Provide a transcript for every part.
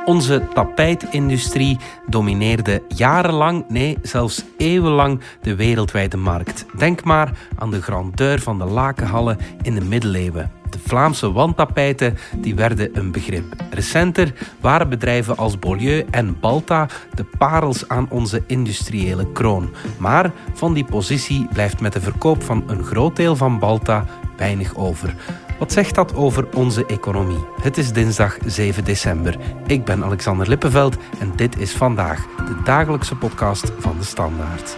Onze tapijtindustrie domineerde jarenlang, nee, zelfs eeuwenlang de wereldwijde markt. Denk maar aan de grandeur van de lakenhallen in de middeleeuwen. De Vlaamse wandtapijten die werden een begrip. Recenter waren bedrijven als Beaulieu en Balta de parels aan onze industriële kroon. Maar van die positie blijft met de verkoop van een groot deel van Balta weinig over. Wat zegt dat over onze economie? Het is dinsdag 7 december. Ik ben Alexander Lippenveld en dit is Vandaag, de dagelijkse podcast van De Standaard.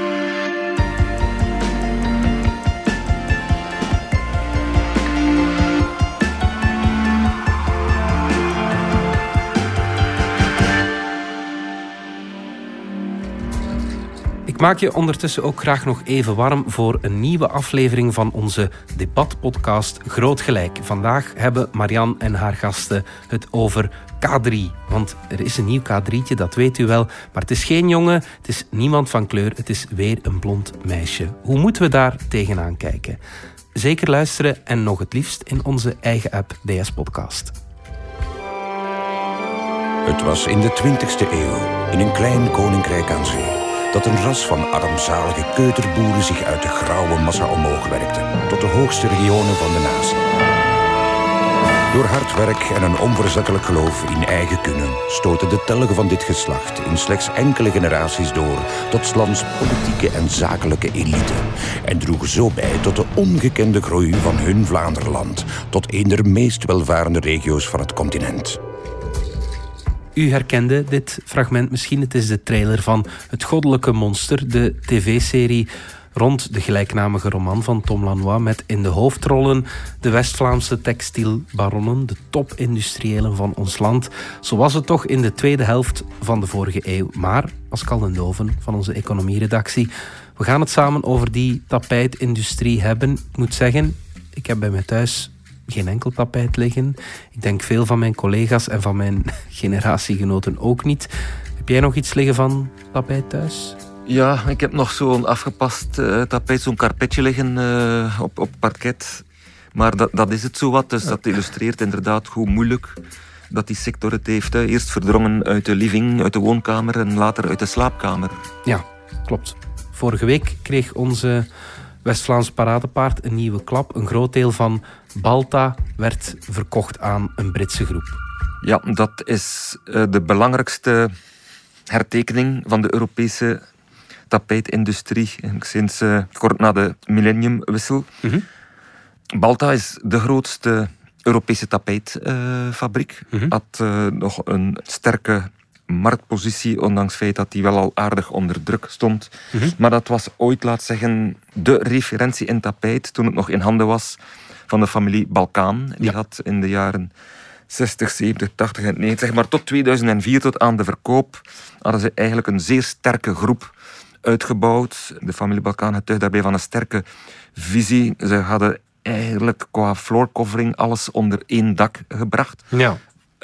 Ik maak je ondertussen ook graag nog even warm voor een nieuwe aflevering van onze debatpodcast Groot Gelijk. Vandaag hebben Marianne en haar gasten het over K3. Want er is een nieuw K3'tje, dat weet u wel. Maar het is geen jongen, het is niemand van kleur, het is weer een blond meisje. Hoe moeten we daar tegenaan kijken? Zeker luisteren en nog het liefst in onze eigen app DS Podcast. Het was in de 20e eeuw, in een klein koninkrijk aan zee, dat een ras van armzalige keuterboeren zich uit de grauwe massa omhoog werkte, tot de hoogste regionen van de natie. Door hard werk en een onverzettelijk geloof in eigen kunnen stoten de telgen van dit geslacht in slechts enkele generaties door tot 's lands politieke en zakelijke elite en droegen zo bij tot de ongekende groei van hun Vlaanderland, tot een der meest welvarende regio's van het continent. U herkende dit fragment misschien. Het is de trailer van Het Goddelijke Monster, de tv-serie rond de gelijknamige roman van Tom Lanois, met in de hoofdrollen de West-Vlaamse textielbaronnen, de topindustriëlen van ons land. Zo was het toch in de tweede helft van de vorige eeuw. Maar Pascal Den Doven van onze economieredactie, we gaan het samen over die tapijtindustrie hebben. Ik moet zeggen, ik heb bij mij thuis geen enkel tapijt liggen. Ik denk veel van mijn collega's en van mijn generatiegenoten ook niet. Heb jij nog iets liggen van tapijt thuis? Ja, ik heb nog zo'n afgepast tapijt, zo'n karpetje liggen op parket. Maar dat is het zowat. Dus dat illustreert inderdaad hoe moeilijk dat die sector het heeft. Hè. Eerst verdrongen uit de living, uit de woonkamer en later uit de slaapkamer. Ja, klopt. Vorige week kreeg onze West-Vlaams paradepaard een nieuwe klap. Een groot deel van Balta werd verkocht aan een Britse groep. Ja, dat is de belangrijkste hertekening van de Europese tapijtindustrie sinds kort na de millenniumwissel. Mm-hmm. Balta is de grootste Europese tapijtfabriek. Had nog een sterke marktpositie, ondanks het feit dat die wel al aardig onder druk stond. Mm-hmm. Maar dat was ooit, laat zeggen, de referentie in tapijt toen het nog in handen was van de familie Balkaan. Die had in de jaren 60, 70, 80 en 90, maar tot 2004, tot aan de verkoop, hadden ze eigenlijk een zeer sterke groep uitgebouwd. De familie Balkaan getuigt daarbij van een sterke visie. Ze hadden eigenlijk qua floorcovering alles onder één dak gebracht. Ja.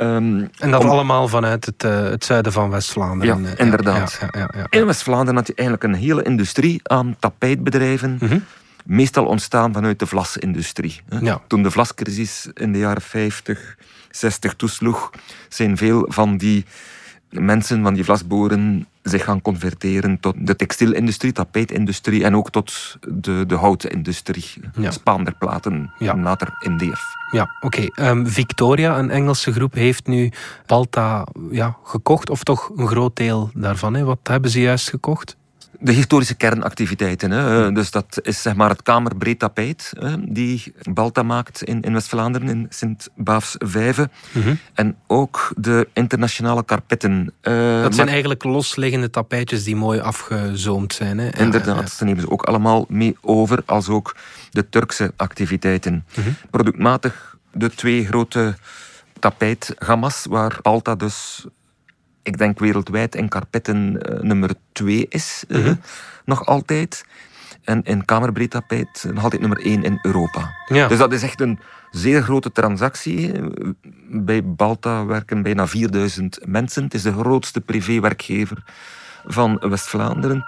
En dat allemaal vanuit het zuiden van West-Vlaanderen. Ja, inderdaad. Ja. In West-Vlaanderen had je eigenlijk een hele industrie aan tapijtbedrijven. Mm-hmm. Meestal ontstaan vanuit de vlasindustrie. Ja. Toen de vlascrisis in de jaren 50, 60 toesloeg, zijn veel van die mensen, van die vlasboeren, zich gaan converteren tot de textielindustrie, tapijtindustrie en ook tot de houtindustrie. Ja. Spaanderplaten, en later MDF. Ja, oké. Victoria, een Engelse groep, heeft nu Balta gekocht, of toch een groot deel daarvan. Hè? Wat hebben ze juist gekocht? De historische kernactiviteiten. Hè. Dus dat is zeg maar het kamerbreed tapijt die Balta maakt in West-Vlaanderen, in Sint-Baafs-Vijve. Mm-hmm. En ook de internationale karpetten. Dat zijn eigenlijk losliggende tapijtjes die mooi afgezoomd zijn. Hè? Inderdaad, daar nemen ze ook allemaal mee over, als ook de Turkse activiteiten. Mm-hmm. Productmatig de twee grote tapijtgamma's, waar Balta dus, ik denk wereldwijd in karpetten nummer 2 is, nog altijd. En in kamerbreed tapijt nog altijd nummer 1 in Europa. Ja. Dus dat is echt een zeer grote transactie. Bij Balta werken bijna 4000 mensen. Het is de grootste privéwerkgever van West-Vlaanderen.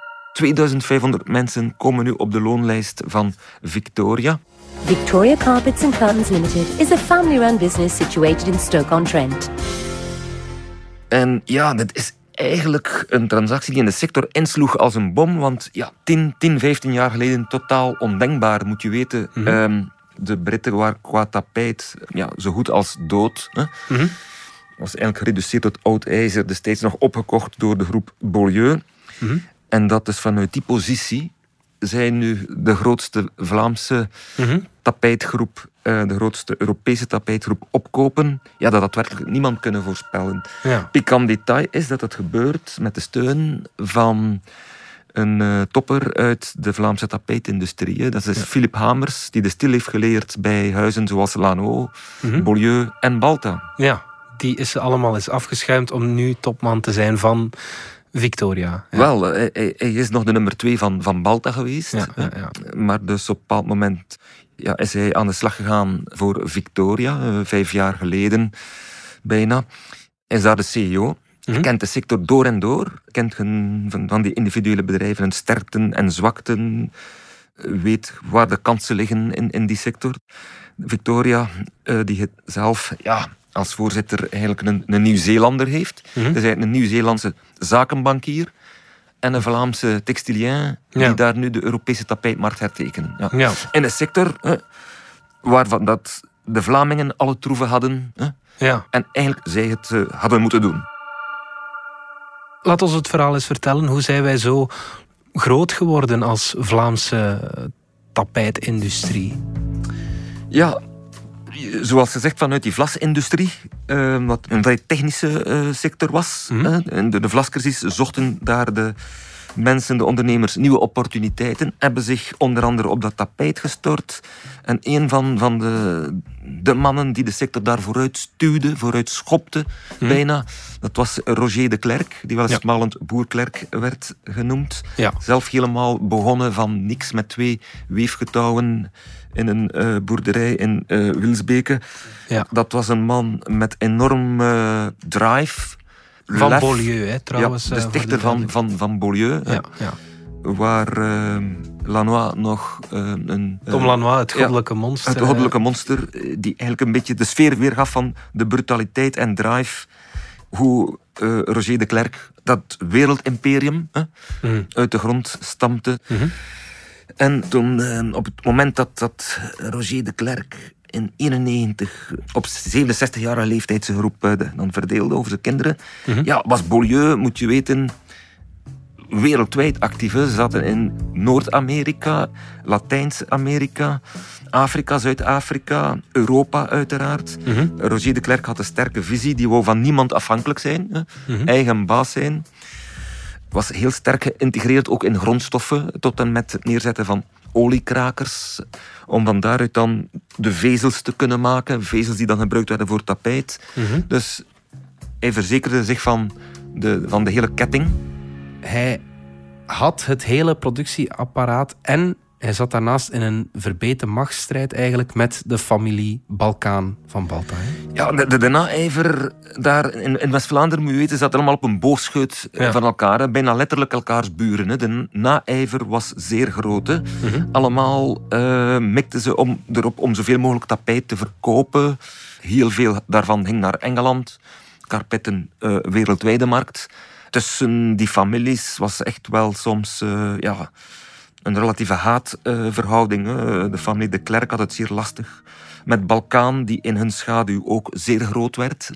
2500 mensen komen nu op de loonlijst van Victoria. Victoria Carpets and Curtains Limited is a family-run business situated in Stoke-on-Trent. En ja, dit is eigenlijk een transactie die in de sector insloeg als een bom. Want ja, 10, 15 jaar geleden totaal ondenkbaar. Moet je weten, de Britten waren qua tapijt zo goed als dood. Hè. Was eigenlijk gereduceerd tot oud ijzer. Destijds nog opgekocht door de groep Beaulieu. En dat is vanuit die positie zij nu de grootste Vlaamse tapijtgroep, de grootste Europese tapijtgroep opkopen. Ja, dat had werkelijk niemand kunnen voorspellen. Ja. Pikant detail is dat het gebeurt met de steun van een topper uit de Vlaamse tapijtindustrie. Dat is Philip Hamers, die de stil heeft geleerd bij huizen zoals Lano, Beaulieu en Balta. Ja, die is allemaal eens afgeschuimd om nu topman te zijn van Victoria. Ja. Wel, hij is nog de nummer 2 van Balta geweest. Ja. Maar dus op een bepaald moment is hij aan de slag gegaan voor Victoria, 5 jaar geleden bijna. Hij is daar de CEO. Hij kent de sector door en door. Kent van die individuele bedrijven hun sterkten en zwakten. Weet waar de kansen liggen in die sector. Victoria, die het zelf als voorzitter eigenlijk een Nieuw-Zeelander heeft. Dus eigenlijk een Nieuw-Zeelandse zakenbankier en een Vlaamse textilien die daar nu de Europese tapijtmarkt hertekenen. Ja. Ja. In een sector waarvan dat de Vlamingen alle troeven hadden en eigenlijk zij het hadden moeten doen. Laat ons het verhaal eens vertellen. Hoe zijn wij zo groot geworden als Vlaamse tapijtindustrie? Ja, zoals gezegd, vanuit die vlasindustrie, wat een vrij technische sector was. De vlascrisis zochten daar de mensen, de ondernemers, nieuwe opportuniteiten, hebben zich onder andere op dat tapijt gestort. En een van de mannen die de sector daar vooruit stuwde, vooruit schopte bijna, dat was Roger de Klerk, die wel eens smalend Boer-Klerk werd genoemd. Ja. Zelf helemaal begonnen van niks met 2 weefgetouwen in een boerderij in Wilsbeke. Ja. Dat was een man met enorme drive. Van Beaulieu, hè, trouwens. Ja, de stichter van Beaulieu. Ja, ja. Waar Lanois nog Tom Lanois, het goddelijke monster. Het goddelijke monster, die eigenlijk een beetje de sfeer weergaf van de brutaliteit en drive. Hoe Roger de Klerk dat wereldimperium uit de grond stampte. En toen, op het moment dat Roger de Klerk in 1991 op 67-jarige leeftijd zijn groep dan verdeelde over zijn kinderen, was Beaulieu, moet je weten, wereldwijd actief. Ze zaten in Noord-Amerika, Latijns-Amerika, Afrika, Zuid-Afrika, Europa uiteraard. Roger de Klerk had een sterke visie, die wou van niemand afhankelijk zijn, eigen baas zijn. Was heel sterk geïntegreerd ook in grondstoffen, tot en met het neerzetten van oliekrakers, om van daaruit dan de vezels te kunnen maken, vezels die dan gebruikt werden voor tapijt. Dus hij verzekerde zich van de hele ketting. Hij had het hele productieapparaat en hij zat daarnaast in een verbeten machtsstrijd eigenlijk met de familie Balkaan van Balta. Hè? Ja, de naijver daar in West-Vlaanderen, moet je weten, zat allemaal op een boogscheut van elkaar. Hè. Bijna letterlijk elkaars buren. Hè. De naijver was zeer groot. Hè. Allemaal mikten ze erop om zoveel mogelijk tapijt te verkopen. Heel veel daarvan ging naar Engeland. Karpetten, wereldwijde markt. Tussen die families was echt wel soms een relatieve haatverhouding. De familie de Klerk had het zeer lastig met Balkaan, die in hun schaduw ook zeer groot werd.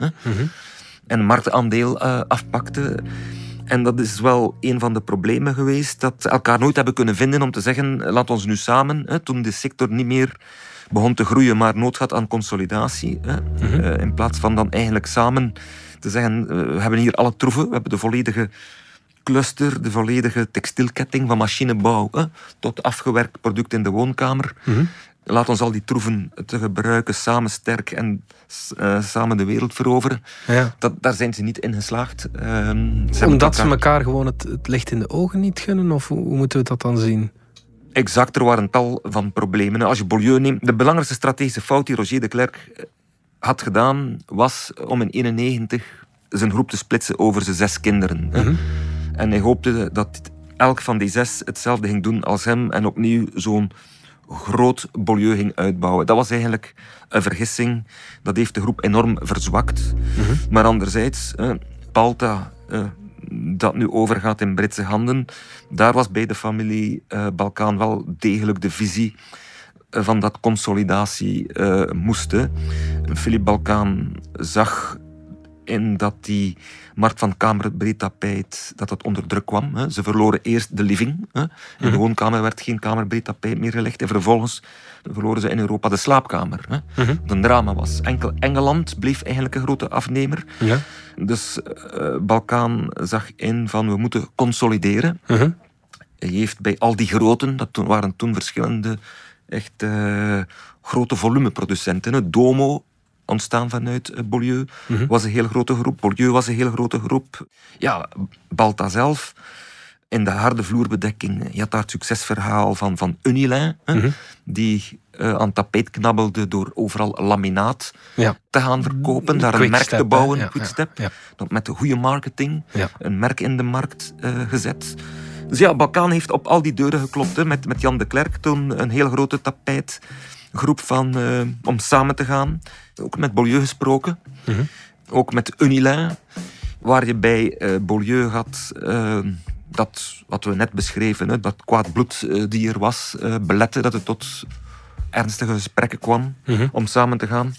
En een marktaandeel afpakte. En dat is wel een van de problemen geweest, dat ze elkaar nooit hebben kunnen vinden om te zeggen, laat ons nu samen, toen de sector niet meer begon te groeien, maar nood had aan consolidatie. In plaats van dan eigenlijk samen te zeggen, we hebben hier alle troeven, we hebben de volledige cluster, de volledige textielketting van machinebouw tot afgewerkt product in de woonkamer. Laat ons al die troeven te gebruiken, samen sterk en samen de wereld veroveren. Ja. Daar zijn ze niet in geslaagd. Omdat ze elkaar gewoon het licht in de ogen niet gunnen? Of hoe moeten we dat dan zien? Exact, er waren een tal van problemen. Als je Beaulieu neemt, de belangrijkste strategische fout die Roger de Klerk had gedaan, was om in 1991 zijn groep te splitsen over zijn 6 kinderen. En hij hoopte dat elk van die 6 hetzelfde ging doen als hem en opnieuw zo'n groot Beaulieu ging uitbouwen. Dat was eigenlijk een vergissing. Dat heeft de groep enorm verzwakt. Maar anderzijds, Balta, dat nu overgaat in Britse handen, daar was bij de familie Balkan wel degelijk de visie van dat consolidatie moest. Philippe Balkan zag in dat die markt van kamerbreed tapijt dat het onder druk kwam. Hè. Ze verloren eerst de living. Hè. In de woonkamer werd geen kamerbreed tapijt meer gelegd. En vervolgens verloren ze in Europa de slaapkamer. Hè. Wat een drama was. Enkel Engeland bleef eigenlijk een grote afnemer. Ja. Dus Balkan zag in van we moeten consolideren. Hij heeft bij al die groten, dat waren toen verschillende echt grote volumeproducenten. Domo, ontstaan vanuit Beaulieu, was een heel grote groep. Beaulieu was een heel grote groep. Ja, Balta zelf, in de harde vloerbedekking, je had daar het succesverhaal van Unilin, die aan tapijt knabbelde door overal laminaat te gaan verkopen, daar een merk te bouwen, Quickstep. Dat met de goede marketing een merk in de markt gezet. Dus ja, Balkan heeft op al die deuren geklopt, met Jan de Klerk toen een heel grote tapijtgroep om samen te gaan. Ook met Beaulieu gesproken. Ook met Unilin, waar je bij Beaulieu had dat, wat we net beschreven, dat kwaad bloed die er was, belette dat het tot ernstige gesprekken kwam om samen te gaan.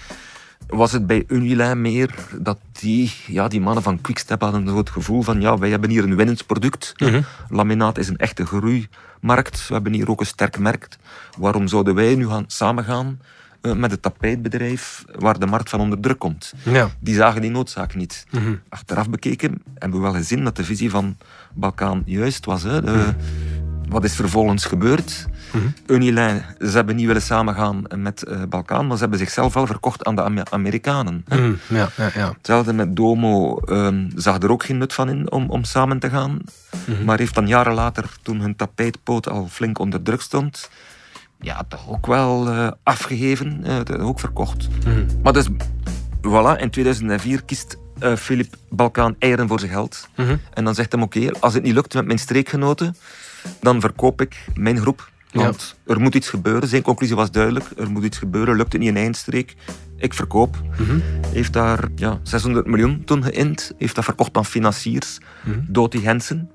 Was het bij Unilin meer dat die mannen van Quickstep hadden zo het gevoel van wij hebben hier een winnend product. Laminaat is een echte groeimarkt. We hebben hier ook een sterk merk. Waarom zouden wij nu samengaan met het tapijtbedrijf waar de markt van onder druk komt? Ja. Die zagen die noodzaak niet. Achteraf bekeken hebben we wel gezien dat de visie van Balkan juist was. Wat is vervolgens gebeurd? Unilin, ze hebben niet willen samengaan met Balkan, maar ze hebben zichzelf wel verkocht aan de Amerikanen. Hetzelfde met Domo, zag er ook geen nut van in om samen te gaan. Maar heeft dan jaren later, toen hun tapijtpoot al flink onder druk stond, toch ook wel afgegeven, ook verkocht. Maar dus, voilà, in 2004 kiest Philippe Balkan eieren voor zijn geld. En dan zegt hij oké, als het niet lukt met mijn streekgenoten, dan verkoop ik mijn groep. Want er moet iets gebeuren. Zijn conclusie was duidelijk. Er moet iets gebeuren. Lukt het niet in eindstreek? Ik verkoop. Heeft daar 600 miljoen toen geïnd. Heeft dat verkocht aan financiers. Doty Hensen.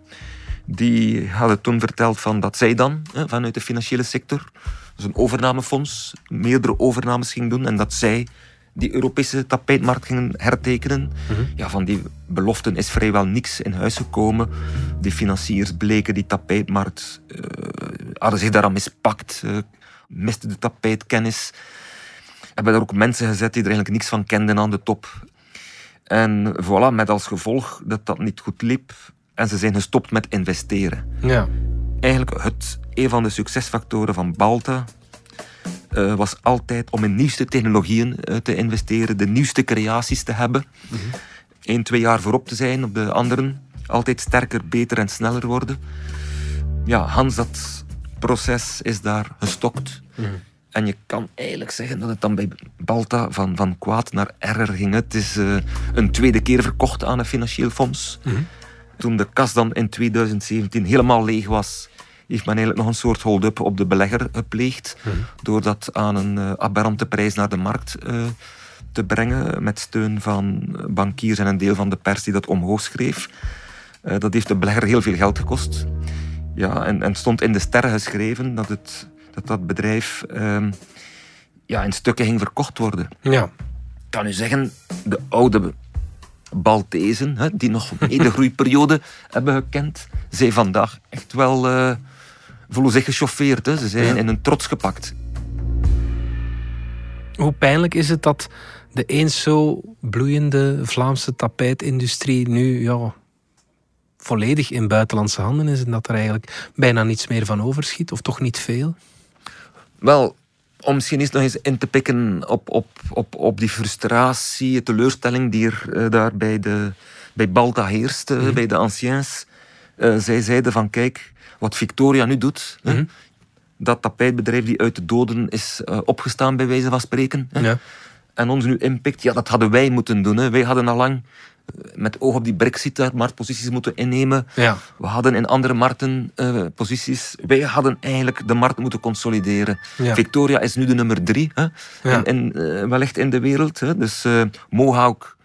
Die hadden toen verteld dat zij dan, vanuit de financiële sector, dus een overnamefonds, meerdere overnames ging doen. En dat zij die Europese tapijtmarkt gingen hertekenen. Van die beloften is vrijwel niks in huis gekomen. Die financiers bleken die tapijtmarkt, hadden zich daaraan mispakt, misten de tapijtkennis. Hebben er ook mensen gezet die er eigenlijk niks van kenden aan de top. En voilà, met als gevolg dat dat niet goed liep. En ze zijn gestopt met investeren. Ja. Eigenlijk een van de succesfactoren van Balta was altijd om in nieuwste technologieën te investeren, de nieuwste creaties te hebben. 1-2 jaar voorop te zijn op de anderen. Altijd sterker, beter en sneller worden. Ja, Hans, dat proces is daar gestokt. En je kan eigenlijk zeggen dat het dan bij Balta van kwaad naar erger ging. Het is een tweede keer verkocht aan een financieel fonds. Toen de kas dan in 2017 helemaal leeg was, heeft men eigenlijk nog een soort hold-up op de belegger gepleegd. Door dat aan een aberrante prijs naar de markt te brengen. Met steun van bankiers en een deel van de pers die dat omhoog schreef. Dat heeft de belegger heel veel geld gekost. Ja, en stond in de sterren geschreven dat bedrijf in stukken ging verkocht worden. Ja. Ik kan u zeggen, de oude Baltezen, die nog een de groeiperiode hebben gekend, zijn vandaag echt wel voelen zich gechoffeerd. Ze zijn in hun trots gepakt. Hoe pijnlijk is het dat de eens zo bloeiende Vlaamse tapijtindustrie nu volledig in buitenlandse handen is en dat er eigenlijk bijna niets meer van overschiet, of toch niet veel? Wel, om misschien eens nog eens in te pikken op die frustratie, de teleurstelling die er daar bij Balta heerste, bij de anciens. Zij zeiden van, kijk, wat Victoria nu doet, dat tapijtbedrijf die uit de doden is opgestaan, bij wijze van spreken, en ons nu inpikt, dat hadden wij moeten doen. Wij hadden al lang met oog op die Brexit daar marktposities moeten innemen. Ja. We hadden in andere markten posities. Wij hadden eigenlijk de markt moeten consolideren. Ja. Victoria is nu de nummer 3 wellicht in de wereld. Dus Mohawk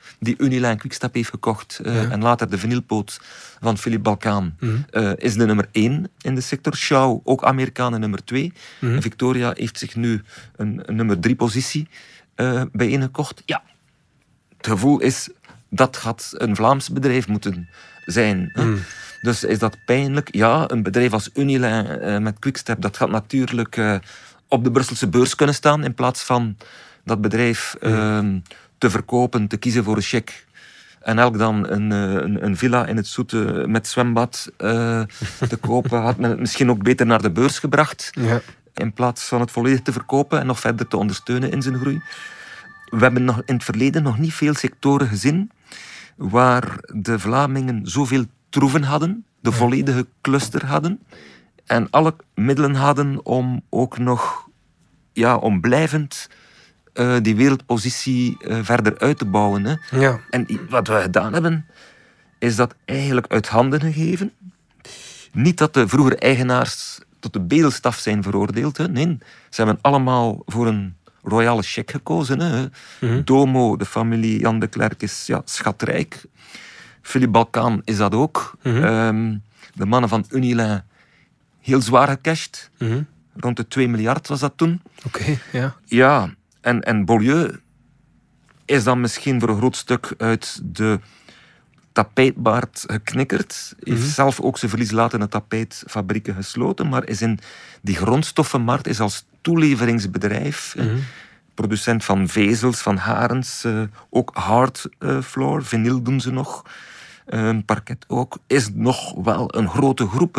die Unilijn Quickstep heeft gekocht en later de vinylpoot van Philippe Balkan, is de nummer 1 in de sector. Shaw, ook Amerikanen, nummer 2. En Victoria heeft zich nu een nummer 3 positie bijeengekocht. Ja, het gevoel is, dat gaat een Vlaams bedrijf moeten zijn. Dus is dat pijnlijk? Ja, een bedrijf als Unilijn met Quickstep, dat gaat natuurlijk op de Brusselse beurs kunnen staan in plaats van dat bedrijf te verkopen, te kiezen voor een chèque en elk dan een villa in het Zoete met zwembad te kopen. Had men het misschien ook beter naar de beurs gebracht in plaats van het volledig te verkopen en nog verder te ondersteunen in zijn groei. We hebben in het verleden nog niet veel sectoren gezien waar de Vlamingen zoveel troeven hadden, de volledige cluster hadden en alle middelen hadden om ook nog om blijvend die wereldpositie verder uit te bouwen. Hè. Ja. En wat we gedaan hebben, is dat eigenlijk uit handen gegeven. Niet dat de vroegere eigenaars tot de bedelstaf zijn veroordeeld. Hè. Nee, ze hebben allemaal voor een royale chèque gekozen. Hè. Domo, de familie Jan de Klerk, is schatrijk. Philippe Balkan is dat ook. De mannen van Unilijn, heel zwaar gecashed. Rond de 2 miljard was dat toen. Oké, ja. Ja, en Beaulieu is dan misschien voor een groot stuk uit de tapijtbaard geknikkerd. Heeft zelf ook zijn verlies laten in de tapijtfabrieken gesloten, maar is in die grondstoffenmarkt is als toeleveringsbedrijf, producent van vezels, van harens, ook hard floor, vinyl doen ze nog, parket ook, is nog wel een grote groep.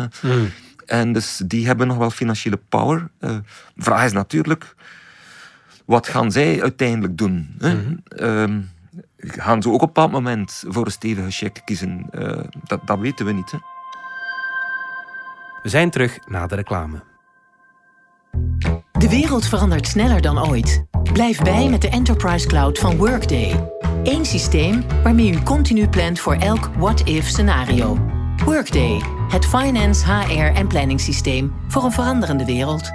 En dus die hebben nog wel financiële power. De vraag is natuurlijk, wat gaan zij uiteindelijk doen? Gaan ze ook op een bepaald moment voor een stevige cheque kiezen? Dat weten we niet. Hè? We zijn terug na de reclame. De wereld verandert sneller dan ooit. Blijf bij met de Enterprise Cloud van Workday. Eén systeem waarmee u continu plant voor elk what-if scenario. Workday, het finance, HR en planningssysteem voor een veranderende wereld.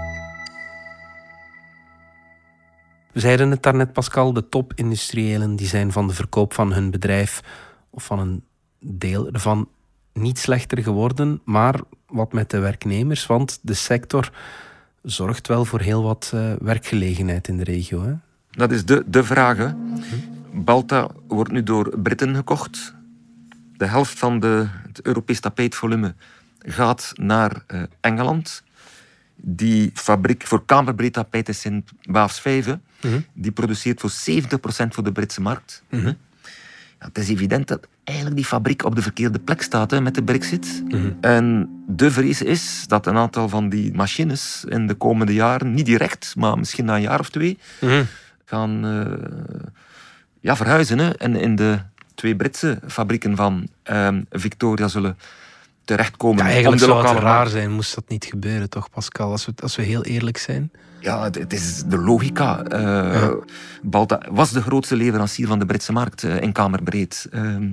We zeiden het daarnet, Pascal, de topindustriëlen die zijn van de verkoop van hun bedrijf of van een deel ervan niet slechter geworden, maar wat met de werknemers, want de sector zorgt wel voor heel wat werkgelegenheid in de regio. Hè? Dat is de vraag. Hè. Balta wordt nu door Britten gekocht. De helft van het Europees tapijtvolume gaat naar Engeland. Die fabriek voor kamerbreed tapijt is in Waafsvijve. Die produceert voor 70% voor de Britse markt. Ja, het is evident dat eigenlijk die fabriek op de verkeerde plek staat met de Brexit. En de vrees is dat een aantal van die machines in de komende jaren, niet direct, maar misschien na een jaar of 2, gaan verhuizen. Hè. En in de 2 Britse fabrieken van Victoria zullen terechtkomen. Ja, eigenlijk om de zou het lokale raar zijn, moest dat niet gebeuren, toch, Pascal? Als we heel eerlijk zijn. Ja, het is de logica. Balta was de grootste leverancier van de Britse markt in kamerbreed.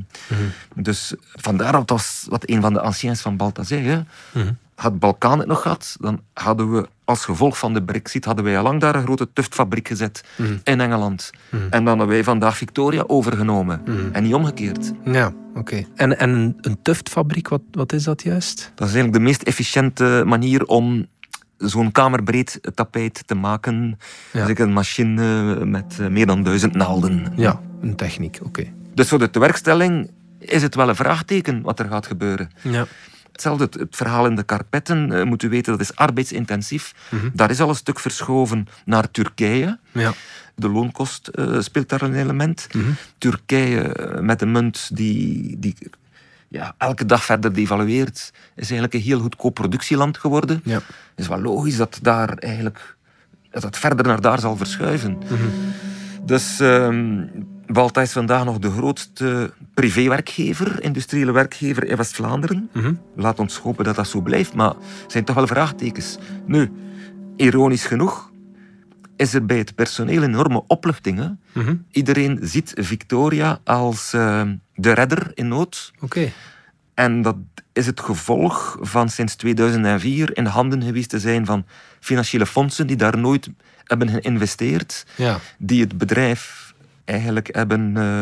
Dus vandaar dat was wat een van de anciens van Balta zei. Hè. Had Balkan het nog gehad, dan hadden we als gevolg van de Brexit hadden wij al lang daar een grote tuftfabriek gezet in Engeland. En dan hebben wij vandaag Victoria overgenomen. En niet omgekeerd. Ja, oké. En een tuftfabriek, wat is dat juist? Dat is eigenlijk de meest efficiënte manier om zo'n kamerbreed tapijt te maken. Ja. Dus een machine met meer dan 1000 naalden. Ja, een techniek, oké. Dus voor de tewerkstelling is het wel een vraagteken wat er gaat gebeuren. Ja. Hetzelfde, het verhaal in de karpetten, moet u weten, dat is arbeidsintensief. Daar is al een stuk verschoven naar Turkije. Ja. De loonkost speelt daar een element. Turkije met een munt die elke dag verder devalueert, is eigenlijk een heel goedkoop productieland geworden. Ja. Het is wel logisch dat daar eigenlijk dat het verder naar daar zal verschuiven. Dus Balta is vandaag nog de grootste privéwerkgever, industriële werkgever in West-Vlaanderen. Laat ons hopen dat dat zo blijft, maar er zijn toch wel vraagtekens. Nu, ironisch genoeg, is er bij het personeel een enorme opluchting. Hè? Iedereen ziet Victoria als de redder in nood. Okay. En dat is het gevolg van sinds 2004 in de handen geweest te zijn van financiële fondsen die daar nooit hebben geïnvesteerd. Ja. Die het bedrijf eigenlijk hebben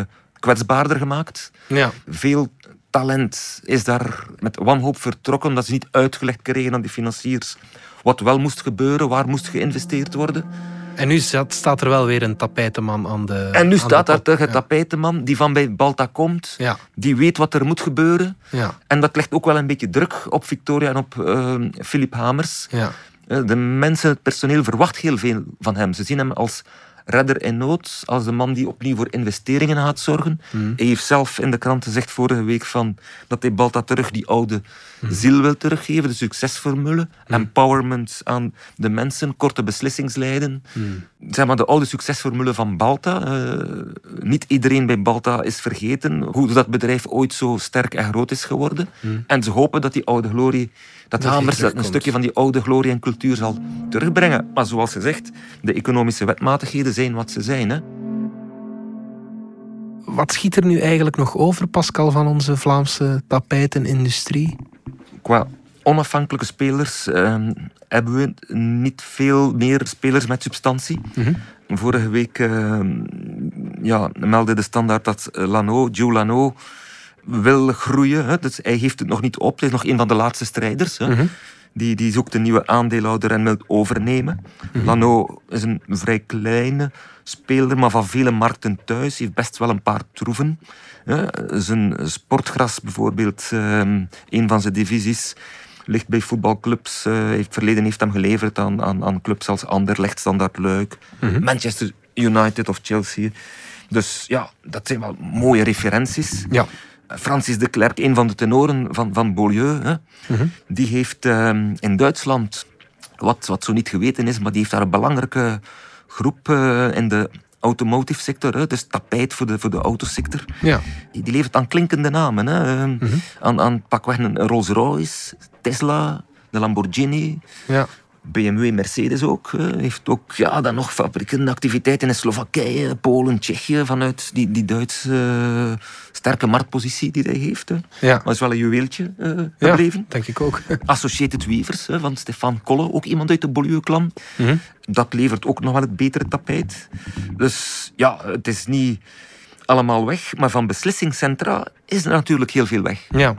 kwetsbaarder gemaakt. Ja. Veel talent is daar met wanhoop vertrokken, omdat ze niet uitgelegd kregen aan die financiers wat wel moest gebeuren, waar moest geïnvesteerd worden. En nu staat er wel weer een tapijtenman aan de... En nu staat daar terug een ja. tapijtenman die van bij Balta komt, Ja. die weet wat er moet gebeuren. Ja. En dat legt ook wel een beetje druk op Victoria en op Philip Hamers. Ja. De mensen, het personeel verwacht heel veel van hem. Ze zien hem als redder in nood, als de man die opnieuw voor investeringen gaat zorgen. Hij heeft zelf in de krant gezegd vorige week dat hij Balta terug die oude ziel wil teruggeven, de succesformule, empowerment aan de mensen, korte beslissingslijnen. Zeg maar de oude succesformule van Balta. Niet iedereen bij Balta is vergeten hoe dat bedrijf ooit zo sterk en groot is geworden. En ze hopen dat die oude glorie, dat Hamers een stukje van die oude glorie en cultuur zal terugbrengen. Maar zoals gezegd, de economische wetmatigheden zijn wat ze zijn. Hè. Wat schiet er nu eigenlijk nog over, Pascal, van onze Vlaamse tapijtenindustrie? Qua onafhankelijke spelers hebben we niet veel meer spelers met substantie. Vorige week meldde de Standaard dat Joe Lano wil groeien. Hè. Dus hij heeft het nog niet op. Hij is nog een van de laatste strijders. Hè. Die zoekt een nieuwe aandeelhouder en wil overnemen. Lano is een vrij kleine speler, maar van vele markten thuis. Heeft best wel een paar troeven. Zijn sportgras bijvoorbeeld, een van zijn divisies, ligt bij voetbalclubs. Verleden heeft hem geleverd aan clubs als Anderlecht, Standaard Luik, Manchester United of Chelsea. Dus ja, dat zijn wel mooie referenties. Ja. Francis de Klerk, een van de tenoren van Beaulieu, hè, die heeft in Duitsland, wat zo niet geweten is, maar die heeft daar een belangrijke groep in de automotive sector, hè, dus tapijt voor de autosector. Ja. Die levert aan klinkende namen. Hè, aan pakweg een Rolls-Royce, Tesla, de Lamborghini... Ja. BMW, Mercedes ook. Heeft ook dan nog fabrieken, activiteiten in Slowakije, Polen, Tsjechië, vanuit die Duitse sterke marktpositie die hij heeft. Ja. Maar is wel een juweeltje gebleven. Ja, denk ik ook. Associated Weavers van Stefan Kolle, ook iemand uit de Beaulieu-klan. Dat levert ook nog wel het betere tapijt. Dus ja, het is niet allemaal weg, maar van beslissingscentra is er natuurlijk heel veel weg. Ja.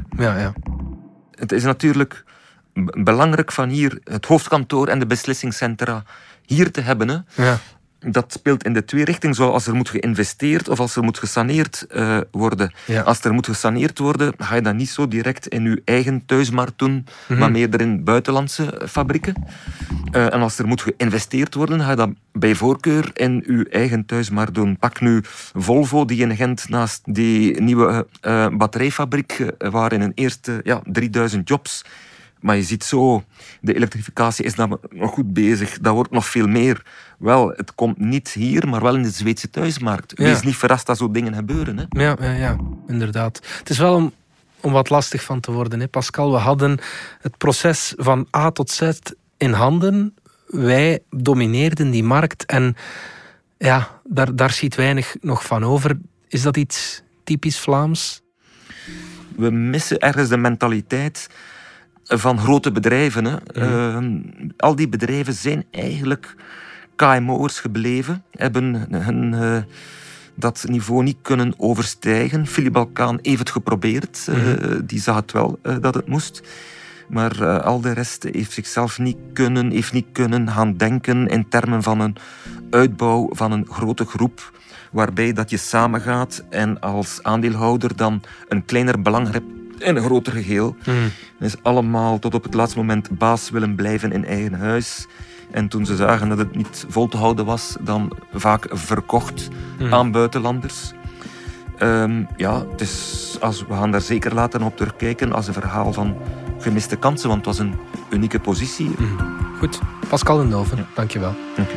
Het is natuurlijk belangrijk van hier het hoofdkantoor en de beslissingscentra hier te hebben. Hè. Ja. Dat speelt in de twee richtingen, zoals er moet geïnvesteerd of als er moet gesaneerd worden. Ja. Als er moet gesaneerd worden, ga je dat niet zo direct in je eigen thuismarkt doen, maar meer in buitenlandse fabrieken. En als er moet geïnvesteerd worden, ga je dat bij voorkeur in je eigen thuismarkt doen. Pak nu Volvo, die in Gent naast die nieuwe batterijfabriek waren in een eerste 3000 jobs. Maar je ziet zo, de elektrificatie is nog goed bezig. Dat wordt nog veel meer. Wel, het komt niet hier, maar wel in de Zweedse thuismarkt. Ja. Wees niet verrast dat zo dingen gebeuren. Hè? Ja, inderdaad. Het is wel om wat lastig van te worden, hè, Pascal. We hadden het proces van A tot Z in handen. Wij domineerden die markt en ja, daar schiet weinig nog van over. Is dat iets typisch Vlaams? We missen ergens de mentaliteit van grote bedrijven. Hè. Al die bedrijven zijn eigenlijk KMO'ers gebleven, hebben dat niveau niet kunnen overstijgen. Philippe Balkan heeft het geprobeerd, die zag het wel dat het moest. Maar al de rest heeft zichzelf niet kunnen gaan denken in termen van een uitbouw van een grote groep, waarbij dat je samengaat en als aandeelhouder dan een kleiner belang hebt in een groter geheel. Dus allemaal tot op het laatste moment baas willen blijven in eigen huis. En toen ze zagen dat het niet vol te houden was, dan vaak verkocht aan buitenlanders. Dus we gaan daar zeker later op terugkijken als een verhaal van gemiste kansen, want het was een unieke positie. Goed, Pascal Den Doven, dankjewel. Dank u.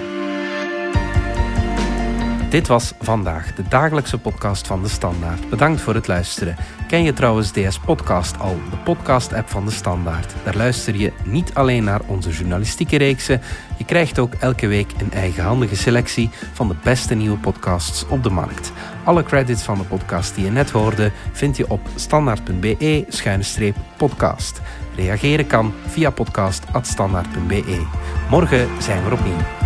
Dit was Vandaag, de dagelijkse podcast van De Standaard. Bedankt voor het luisteren. Ken je trouwens DS Podcast al, de podcast-app van De Standaard? Daar luister je niet alleen naar onze journalistieke reeksen, je krijgt ook elke week een eigenhandige selectie van de beste nieuwe podcasts op de markt. Alle credits van de podcast die je net hoorde vind je op standaard.be/podcast. Reageren kan via podcast@standaard.be. Morgen zijn we er opnieuw.